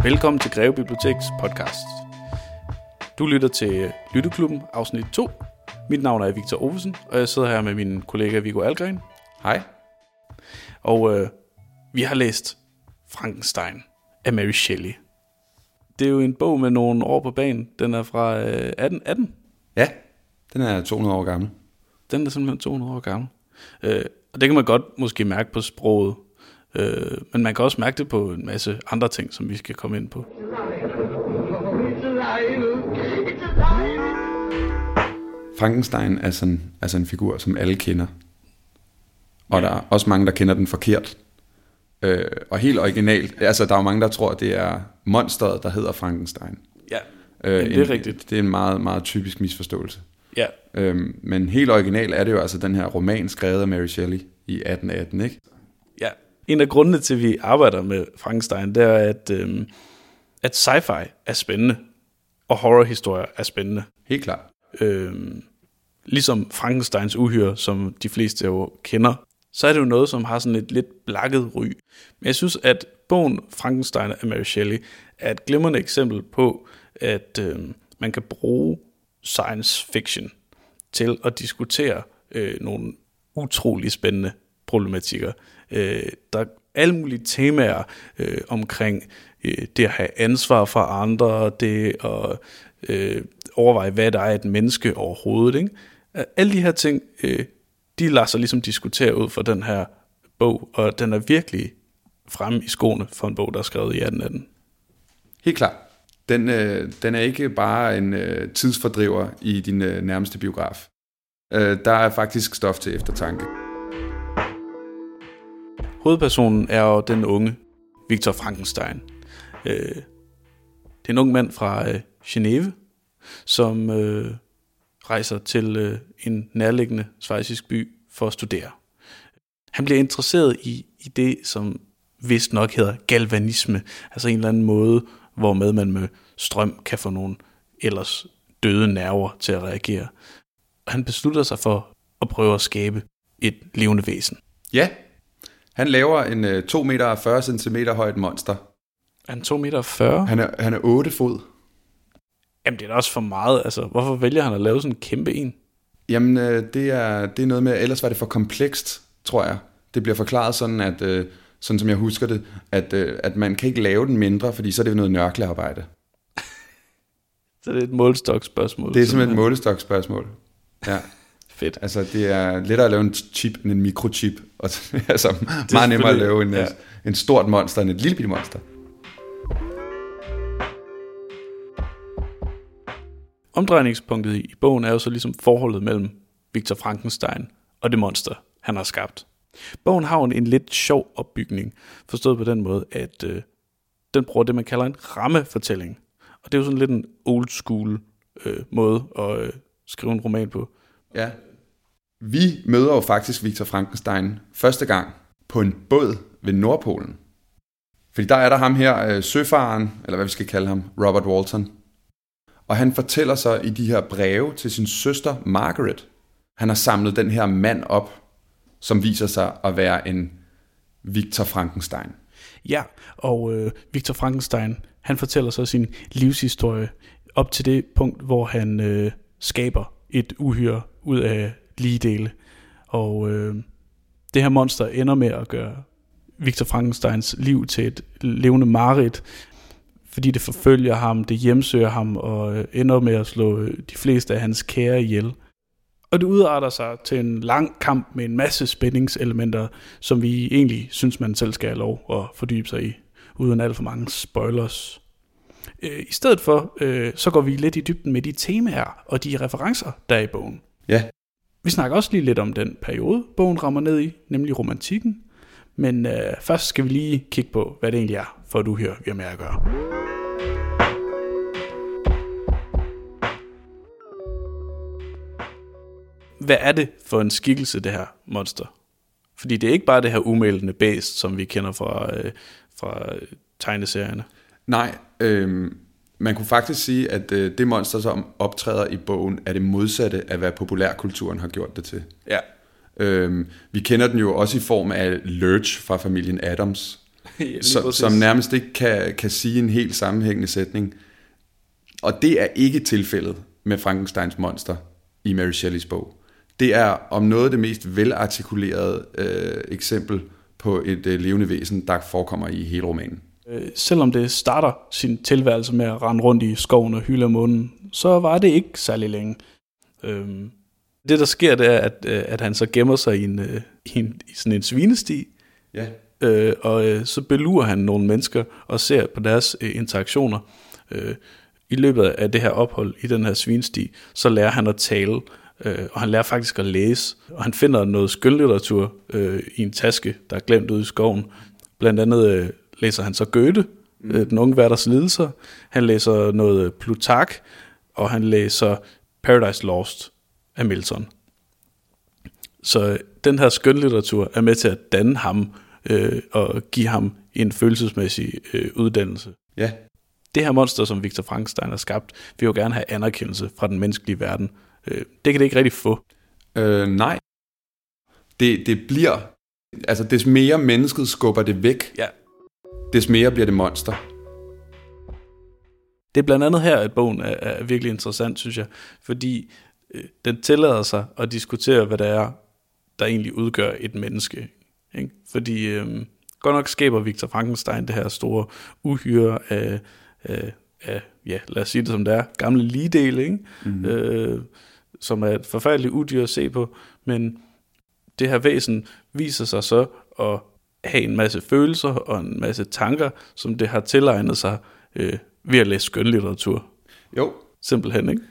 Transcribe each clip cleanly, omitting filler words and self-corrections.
Velkommen til Greve Biblioteks podcast. Du lytter til Lytteklubben, afsnit 2. Mit navn er Victor Ovesen, og jeg sidder her med min kollega Viggo Algren. Hej. Og vi har læst Frankenstein af Mary Shelley. Det er jo en bog med nogle år på banen. Den er fra 1818. Ja, den er 200 år gammel. Den er simpelthen 200 år gammel. Og det kan man godt måske mærke på sproget. Men man kan også mærke det på en masse andre ting, som vi skal komme ind på. Frankenstein er sådan en figur, som alle kender. Og der er også mange, der kender den forkert. Og helt originalt, altså der er jo mange, der tror, at det er monsteret, der hedder Frankenstein. Ja, det er rigtigt. Det er en meget, meget typisk misforståelse. Ja. Men helt original er det jo altså den her roman, skrevet af Mary Shelley i 1818, ikke? Ja. En af grundene til, at vi arbejder med Frankenstein, det er, at sci-fi er spændende, og horrorhistorier er spændende. Helt klart. Ligesom Frankensteins uhyre, som de fleste jo kender, så er det jo noget, som har sådan et lidt blakket ry. Men jeg synes, at bogen Frankenstein af Mary Shelley er et glimrende eksempel på, at man kan bruge science fiction til at diskutere nogle utrolig spændende problematikker. Der er alle mulige temaer omkring det at have ansvar for andre, det at overveje, hvad der er et menneske overhovedet. Ikke? Alle de her ting, de lader sig ligesom diskutere ud fra den her bog, og den er virkelig fremme i skoene for en bog, der er skrevet i 1818. Helt klart. Den er ikke bare en tidsfordriver i din nærmeste biograf. Der er faktisk stof til eftertanke. Hovedpersonen er jo den unge Victor Frankenstein. Det er en ung mand fra Genève, som rejser til en nærliggende schweizisk by for at studere. Han bliver interesseret i det, som vist nok hedder galvanisme, altså en eller anden måde, hvormed man med strøm kan få nogle ellers døde nerver til at reagere. Og han beslutter sig for at prøve at skabe et levende væsen. Ja, han laver en 2 meter og 40 centimeter højt monster. Er han 2 meter og 40? Han er 8 fod. Jamen det er da også for meget, altså hvorfor vælger han at lave sådan en kæmpe en? Jamen det er noget med, ellers var det for komplekst, tror jeg. Det bliver forklaret sådan, at sådan som jeg husker det, at man kan ikke lave den mindre, fordi så er det noget nørklearbejde. Så det er et målestokspørgsmål. Det er simpelthen et målestokspørgsmål. Ja. Fedt. Altså det er lettere at lave en chip end en mikrochip, og altså meget nemmere at lave en stort monster end et lille bitte monster. Omdrejningspunktet i bogen er jo så ligesom forholdet mellem Victor Frankenstein og det monster, han har skabt. Bogen har jo en lidt sjov opbygning, forstået på den måde, at den bruger det, man kalder en rammefortælling. Og det er jo sådan lidt en old school måde at skrive en roman på. Ja. Vi møder jo faktisk Victor Frankenstein første gang på en båd ved Nordpolen. Fordi der er der ham her, søfaren, eller hvad vi skal kalde ham, Robert Walton. Og han fortæller så i de her breve til sin søster Margaret. Han har samlet den her mand op, som viser sig at være en Victor Frankenstein. Ja, og Victor Frankenstein, han fortæller så sin livshistorie op til det punkt, hvor han skaber et uhyre ud af ligedele. Og det her monster ender med at gøre Victor Frankensteins liv til et levende mareridt, fordi det forfølger ham, det hjemsøger ham og ender med at slå de fleste af hans kære ihjel. Og det udarter sig til en lang kamp med en masse spændingselementer, som vi egentlig synes, man selv skal have lov at fordybe sig i, uden alt for mange spoilers. I stedet for, så går vi lidt i dybden med de temaer og de referencer, der er i bogen. Ja. Vi snakker også lige lidt om den periode, bogen rammer ned i, nemlig romantikken. Men først skal vi lige kigge på, hvad det egentlig er, for at uhyre vi har med at gøre. Hvad er det for en skikkelse, det her monster? Fordi det er ikke bare det her umælende bæst, som vi kender fra tegneserierne. Nej, man kunne faktisk sige, at det monster, som optræder i bogen, er det modsatte af, hvad populærkulturen har gjort det til. Ja. Vi kender den jo også i form af Lurch fra familien Addams, som nærmest ikke kan sige en helt sammenhængende sætning. Og det er ikke tilfældet med Frankensteins monster i Mary Shelleys bog. Det er om noget det mest velartikulerede eksempel på et levende væsen, der forekommer i hele romanen. Selvom det starter sin tilværelse med at rende rundt i skoven og hylde af månen, så var det ikke særlig længe. Det der sker, det er, at han så gemmer sig i sådan en svinesti, ja. Og så belurer han nogle mennesker og ser på deres interaktioner. I løbet af det her ophold i den her svinesti, så lærer han at tale, og han lærer faktisk at læse, og han finder noget skønlitteratur i en taske, der er glemt ude i skoven. Blandt andet læser han så Goethe, Den unge værters lidelser. Han læser noget Plutarch, og han læser Paradise Lost af Milton. Så den her skønlitteratur er med til at danne ham og give ham en følelsesmæssig uddannelse. Ja. Det her monster, som Victor Frankenstein har skabt, vil jo gerne have anerkendelse fra den menneskelige verden. Det kan det ikke rigtig få. Nej. Det bliver... Altså, des mere mennesket skubber det væk, ja, des mere bliver det monster. Det er blandt andet her, at bogen er virkelig interessant, synes jeg, fordi den tillader sig at diskutere, hvad det er, der egentlig udgør et menneske. Ikke? Fordi godt nok skaber Victor Frankenstein det her store uhyre af ja, lad os sige det som det er, gamle ligedele, ikke? Mm-hmm. Som er et forfærdeligt udyr at se på, men det her væsen viser sig så at have en masse følelser og en masse tanker, som det har tilegnet sig ved at læse skønlitteratur. Jo. Simpelthen, ikke?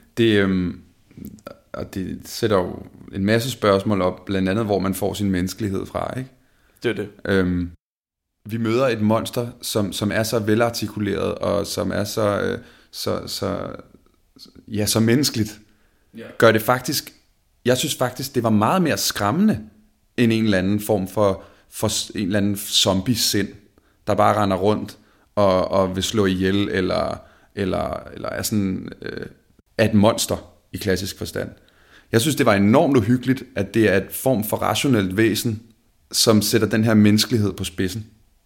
Det sætter jo en masse spørgsmål op, blandt andet, hvor man får sin menneskelighed fra, ikke? Det er det. Vi møder et monster, som er så velartikuleret, og som er så menneskeligt. Yeah. Gør det faktisk... Jeg synes faktisk, det var meget mere skræmmende, end en eller anden form for en eller anden zombie-sind, der bare render rundt og vil slå ihjel, eller er sådan et monster i klassisk forstand. Jeg synes, det var enormt uhyggeligt, at det er et form for rationelt væsen, som sætter den her menneskelighed på spidsen.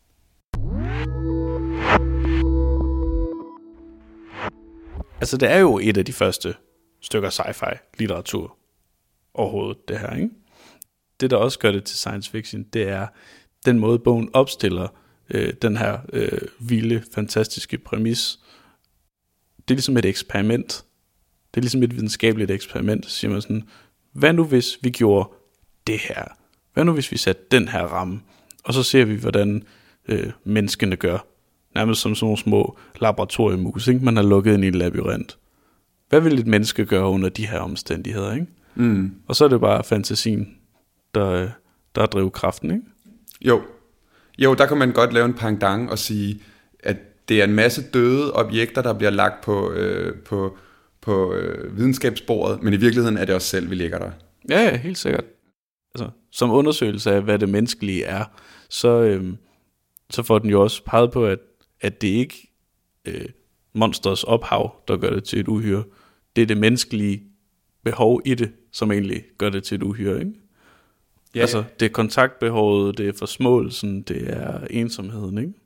Altså, det er jo et af de første stykker sci-fi-litteratur overhovedet, det her, ikke? Det, der også gør det til science fiction, det er den måde, bogen opstiller den her vilde, fantastiske præmis. Det er ligesom et eksperiment. Det er ligesom et videnskabeligt eksperiment, siger man sådan, hvad nu hvis vi gjorde det her? Hvad nu hvis vi satte den her ramme? Og så ser vi, hvordan menneskene gør. Nærmest som sådan nogle små laboratoriemus, ikke? Man har lukket ind i en labyrint. Hvad vil et menneske gøre under de her omstændigheder, ikke? Mm. Og så er det bare fantasien, der er drivkraften, ikke? Jo, der kan man godt lave en pendant og sige, at det er en masse døde objekter, der bliver lagt på videnskabsbordet, men i virkeligheden er det os selv, vi ligger der. Ja, helt sikkert. Altså, som undersøgelse af, hvad det menneskelige er, så får den jo også peget på, at det ikke monsters ophav, der gør det til et uhyre. Det er det menneskelige behov i det, som egentlig gør det til et uhyre, ikke? Ja. Altså, det er kontaktbehovet, det er forsmåelsen, det er ensomheden, ikke?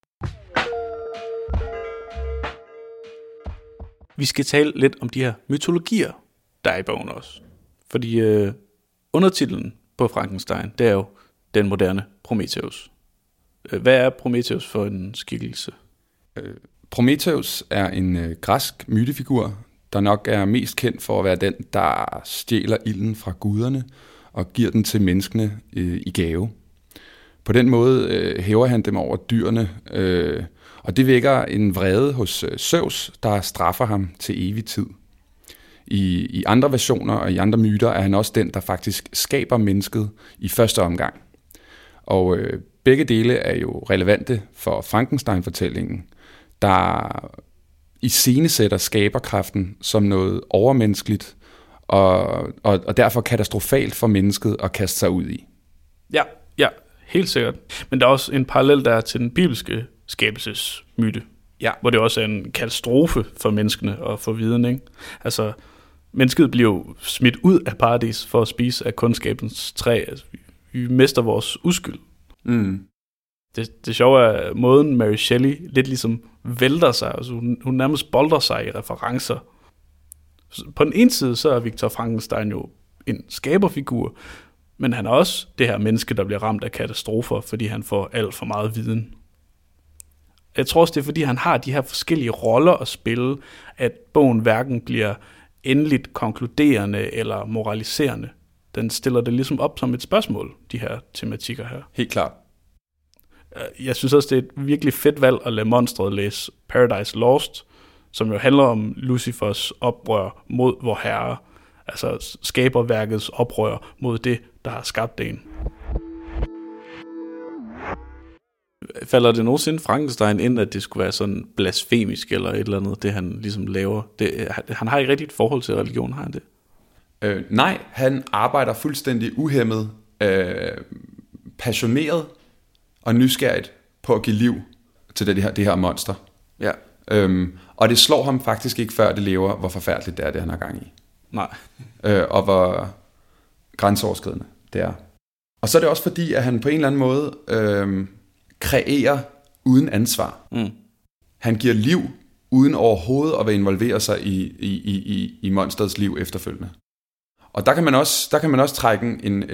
Vi skal tale lidt om de her mytologier, der er i bogen også. Fordi undertitlen på Frankenstein, det er jo den moderne Prometheus. Hvad er Prometheus for en skikkelse? Prometheus er en græsk mytefigur, der nok er mest kendt for at være den, der stjæler ilden fra guderne og giver den til menneskene i gave. På den måde hæver han dem over dyrene, og det vækker en vrede hos Zeus, der straffer ham til evig tid. I andre versioner og i andre myter er han også den, der faktisk skaber mennesket i første omgang. Og begge dele er jo relevante for Frankenstein-fortællingen, der iscenesætter skaberkraften som noget overmenneskeligt og derfor katastrofalt for mennesket at kaste sig ud i. Ja, helt sikkert. Men der er også en parallel der til den bibelske skabelsesmyte, ja, hvor det også er en katastrofe for menneskene og for viden, ikke? Altså, mennesket bliver jo smidt ud af paradis for at spise af kundskabens træ. Altså, vi mister vores uskyld. Mm. Det sjove er måden Mary Shelley lidt ligesom vælter sig, altså hun nærmest bolder sig i referencer. På den ene side, så er Victor Frankenstein jo en skaberfigur, men han er også det her menneske, der bliver ramt af katastrofer, fordi han får alt for meget viden. Jeg tror også, det er fordi, han har de her forskellige roller at spille, at bogen hverken bliver endeligt konkluderende eller moraliserende. Den stiller det ligesom op som et spørgsmål, de her tematikker her. Helt klart. Jeg synes også, det er et virkelig fedt valg at lade monstret læse Paradise Lost, som jo handler om Lucifers oprør mod vor herre, altså skaberværkets oprør mod det, der har skabt en. Falder det nogensinde Frankenstein ind, at det skulle være sådan blasfemisk eller et eller andet, det han ligesom laver? Han har ikke rigtig et forhold til religion, har han det? Nej, han arbejder fuldstændig uhæmmet, passioneret og nysgerrigt på at give liv til det her monster. Ja. Og det slår ham faktisk ikke, før det lever, hvor forfærdeligt det er, det han har gang i. Nej. Og hvor grænseoverskridende det er. Og så er det også fordi, at han på en eller anden måde kreerer uden ansvar. Mm. Han giver liv uden overhovedet at være involveret sig i monsterets liv efterfølgende. Og der kan man også trække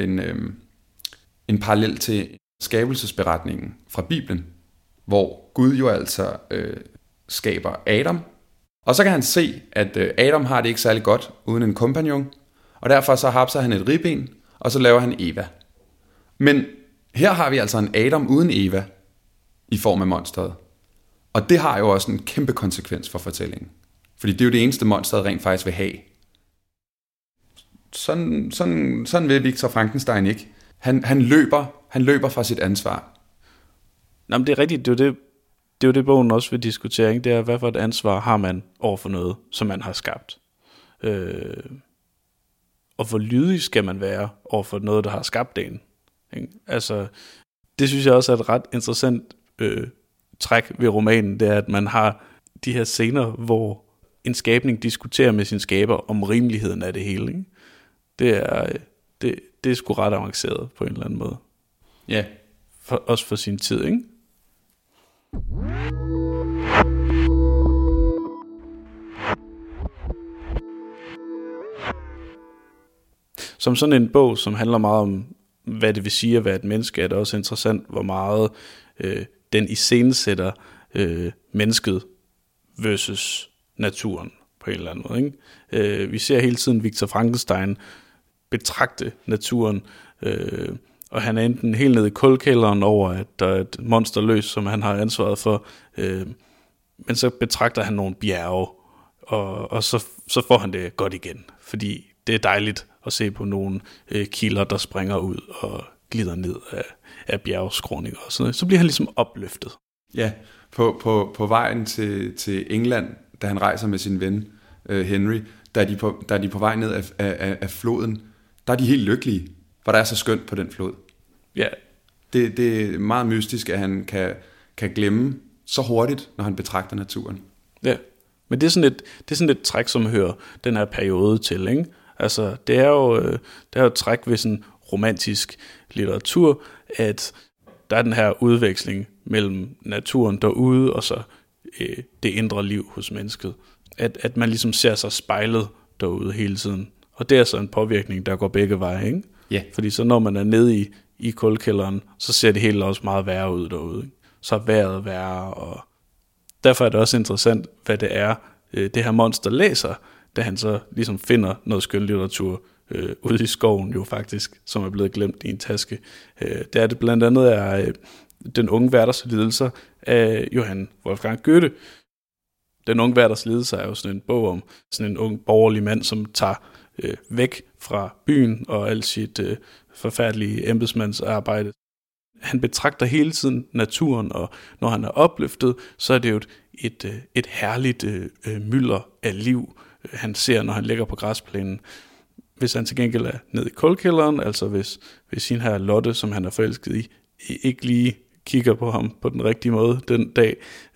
en parallel til skabelsesberetningen fra Bibelen, hvor Gud jo altså skaber Adam. Og så kan han se, at Adam har det ikke særlig godt uden en kompagnon, og derfor så hapser han et ribben, og så laver han Eva. Men her har vi altså en Adam uden Eva i form af monsteret. Og det har jo også en kæmpe konsekvens for fortællingen. Fordi det er jo det eneste monsteret rent faktisk vil have. Sådan vil Victor Frankenstein ikke. Han løber fra sit ansvar. Nå, men det er rigtigt, det er jo det bogen også vil diskutere, ikke? Det er, hvad for et ansvar har man over for noget, som man har skabt. Og hvor lydig skal man være over for noget, der har skabt en. Ikke? Altså, det synes jeg også er et ret interessant træk ved romanen, det er, at man har de her scener, hvor en skabning diskuterer med sin skaber om rimeligheden af det hele. Ikke? Det er sgu ret avanceret på en eller anden måde. Ja. Også for sin tid, ikke? Som sådan en bog, som handler meget om, hvad det vil sige at være et menneske, er det også interessant, hvor meget den iscenesætter mennesket versus naturen på en eller anden måde. Ikke? Vi ser hele tiden Victor Frankenstein betragte naturen, og han er enten helt nede i kulkælderen over, at der er et monster løs, som han har ansvaret for, men så betragter han nogle bjerge, og så får han det godt igen, fordi det er dejligt at se på nogle kilder, der springer ud og glider ned af bjergskråninger og sådan noget. Så bliver han ligesom opløftet. Ja, på vejen til England, da han rejser med sin ven Henry, da de på vej ned af floden, der er de helt lykkelige, for der er så skønt på den flod. Ja. Det er meget mystisk, at han kan glemme så hurtigt, når han betragter naturen. Ja, men det er sådan et træk, som hører den her periode til, ikke? Altså, det er jo et træk ved sådan romantisk litteratur, at der er den her udveksling mellem naturen derude, og så det indre liv hos mennesket. At man ligesom ser sig spejlet derude hele tiden. Og det er så en påvirkning, der går begge veje, ikke? Ja. Fordi så når man er nede i kulkælderen, så ser det hele også meget værre ud derude, ikke? Så er vejret værre, og derfor er det også interessant, hvad det er, det her monster læser, da han så ligesom finder noget skønlitteratur ude i skoven jo faktisk, som er blevet glemt i en taske. Det er det blandt andet er Den unge værters lidelser af Johann Wolfgang Goethe. Den unge værters lidelser er jo sådan en bog om sådan en ung borgerlig mand, som tager væk fra byen og alt sit forfærdelige embedsmandsarbejde. Han betragter hele tiden naturen, og når han er opløftet, så er det jo et herligt mylder af liv, han ser, når han ligger på græsplænen. Hvis han til gengæld er ned i kulkælderen, altså hvis sin her Lotte, som han er forelsket i, ikke lige kigger på ham på den rigtige måde den dag,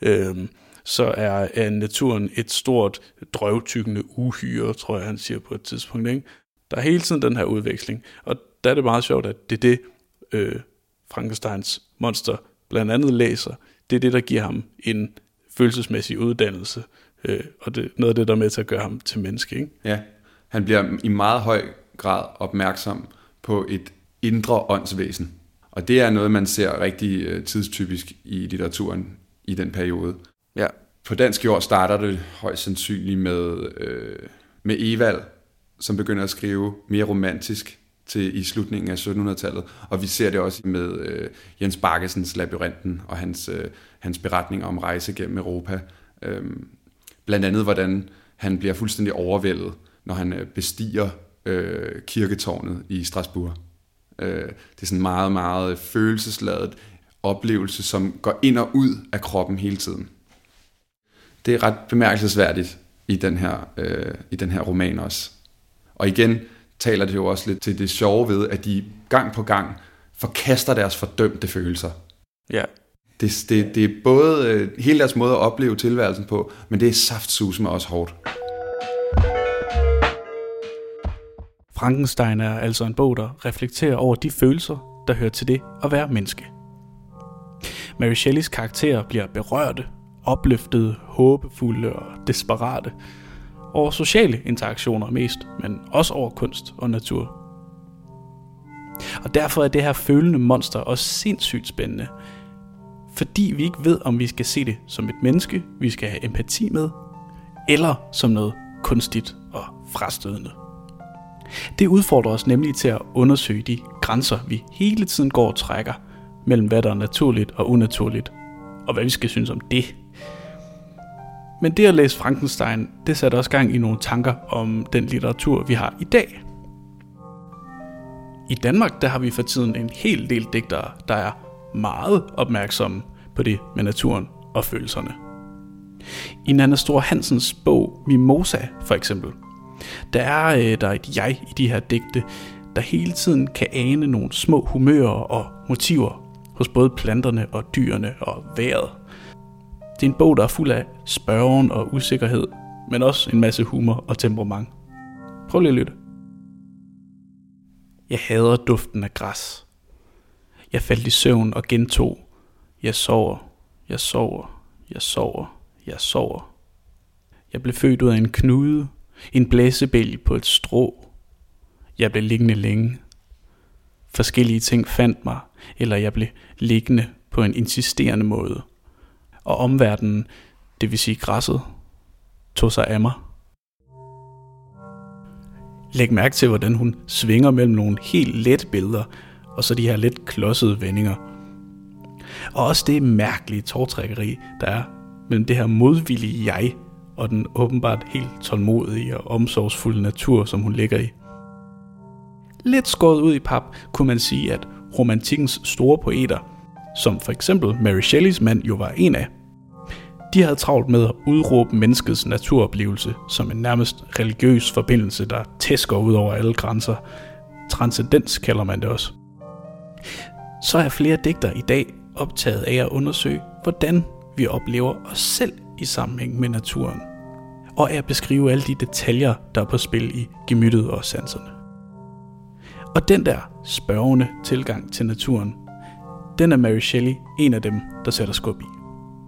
så er naturen et stort, drøvtykkende uhyre, tror jeg, han siger på et tidspunkt. Ikke? Der er hele tiden den her udveksling, og der er det meget sjovt, at det er det, Frankensteins monster blandt andet læser, det er det, der giver ham en følelsesmæssig uddannelse, og det er noget af det, der er med til at gøre ham til menneske, ikke? Ja, han bliver i meget høj grad opmærksom på et indre åndsvæsen. Og det er noget, man ser rigtig tidstypisk i litteraturen i den periode. Ja. På dansk jord starter det højst sandsynligt med Evald, som begynder at skrive mere romantisk i slutningen af 1700-tallet. Og vi ser det også med Jens Bakkesens Labyrinten og hans beretninger om rejse gennem Europa. Blandt andet, hvordan han bliver fuldstændig overvældet, når han bestiger kirketårnet i Strasbourg. Det er sådan en meget, meget følelsesladet oplevelse, som går ind og ud af kroppen hele tiden. Det er ret bemærkelsesværdigt i den her roman også. Og igen taler det jo også lidt til det sjove ved, at de gang på gang forkaster deres fordømte følelser. Ja. Det er både hele deres måde at opleve tilværelsen på, men det er saftsuseme også hårdt. Frankenstein er altså en bog, der reflekterer over de følelser, der hører til det at være menneske. Mary Shelleys karakterer bliver berørte, opløftede, håbefulde og desperate over sociale interaktioner mest, men også over kunst og natur. Og derfor er det her følende monster også sindssygt spændende, fordi vi ikke ved, om vi skal se det som et menneske, vi skal have empati med, eller som noget kunstigt og frastødende. Det udfordrer os nemlig til at undersøge de grænser, vi hele tiden går og trækker mellem hvad der er naturligt og unaturligt, og hvad vi skal synes om det. Men det at læse Frankenstein, det satte også gang i nogle tanker om den litteratur, vi har i dag. I Danmark, der har vi for tiden en hel del digtere, der er meget opmærksomme på det med naturen og følelserne. I Nanna Store Hansens bog Mimosa for eksempel, der er et jeg i de her digte, der hele tiden kan ane nogle små humører og motiver hos både planterne og dyrene og vejret. Det er en bog, der er fuld af spørgen og usikkerhed, men også en masse humor og temperament. Prøv lige at lytte. Jeg hader duften af græs. Jeg faldt i søvn og gentog. Jeg sover, jeg sover, jeg sover, jeg sover. Jeg blev født ud af en knude, en blæsebælge på et strå. Jeg blev liggende længe. Forskellige ting fandt mig, eller jeg blev liggende på en insisterende måde. Og omverdenen, det vil sige græsset, tog sig af mig. Læg mærke til, hvordan hun svinger mellem nogle helt lette billeder, og så de her lidt klodsede vendinger. Og også det mærkelige tårtrækkeri, der er mellem det her modvillige jeg, og den åbenbart helt tålmodige og omsorgsfulde natur, som hun ligger i. Lidt skåret ud i pap, kunne man sige, at romantikkens store poeter, som for eksempel Mary Shelleys mand jo var en af, de havde travlt med at udråbe menneskets naturoplevelse som en nærmest religiøs forbindelse, der tæsker ud over alle grænser. Transcendens kalder man det også. Så er flere digtere i dag optaget af at undersøge, hvordan vi oplever os selv i sammenhæng med naturen, og af at beskrive alle de detaljer, der er på spil i gemyttet og sanserne. Og den der spørgende tilgang til naturen, den er Mary Shelley en af dem, der sætter skub i.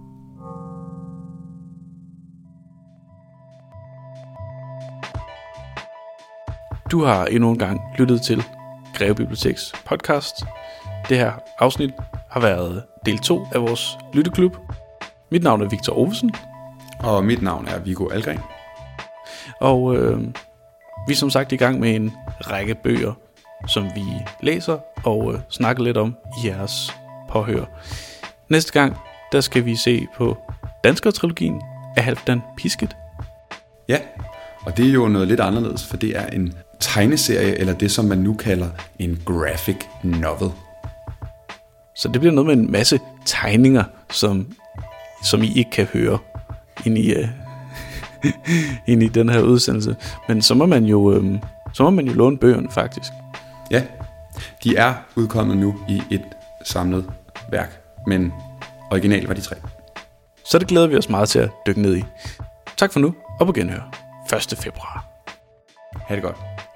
Du har endnu en gang lyttet til Greve Biblioteks podcast. Det her afsnit har været del 2 af vores lytteklub. Mit navn er Victor Ovesen. Og mit navn er Viggo Algren. Og vi er som sagt i gang med en række bøger, som vi læser og snakker lidt om i jeres påhør. Næste gang, der skal vi se på Danskertrilogien af Halfdan Pisket. Ja, og det er jo noget lidt anderledes, for det er en tegneserie, eller det som man nu kalder en graphic novel. Så det bliver noget med en masse tegninger, som I ikke kan høre ind i den her udsendelse. Men så må man jo låne bøgerne faktisk. Ja, de er udkommet nu i et samlet værk, men originalt var de 3. Så det glæder vi os meget til at dykke ned i. Tak for nu, og på genhør 1. februar. Ha' det godt.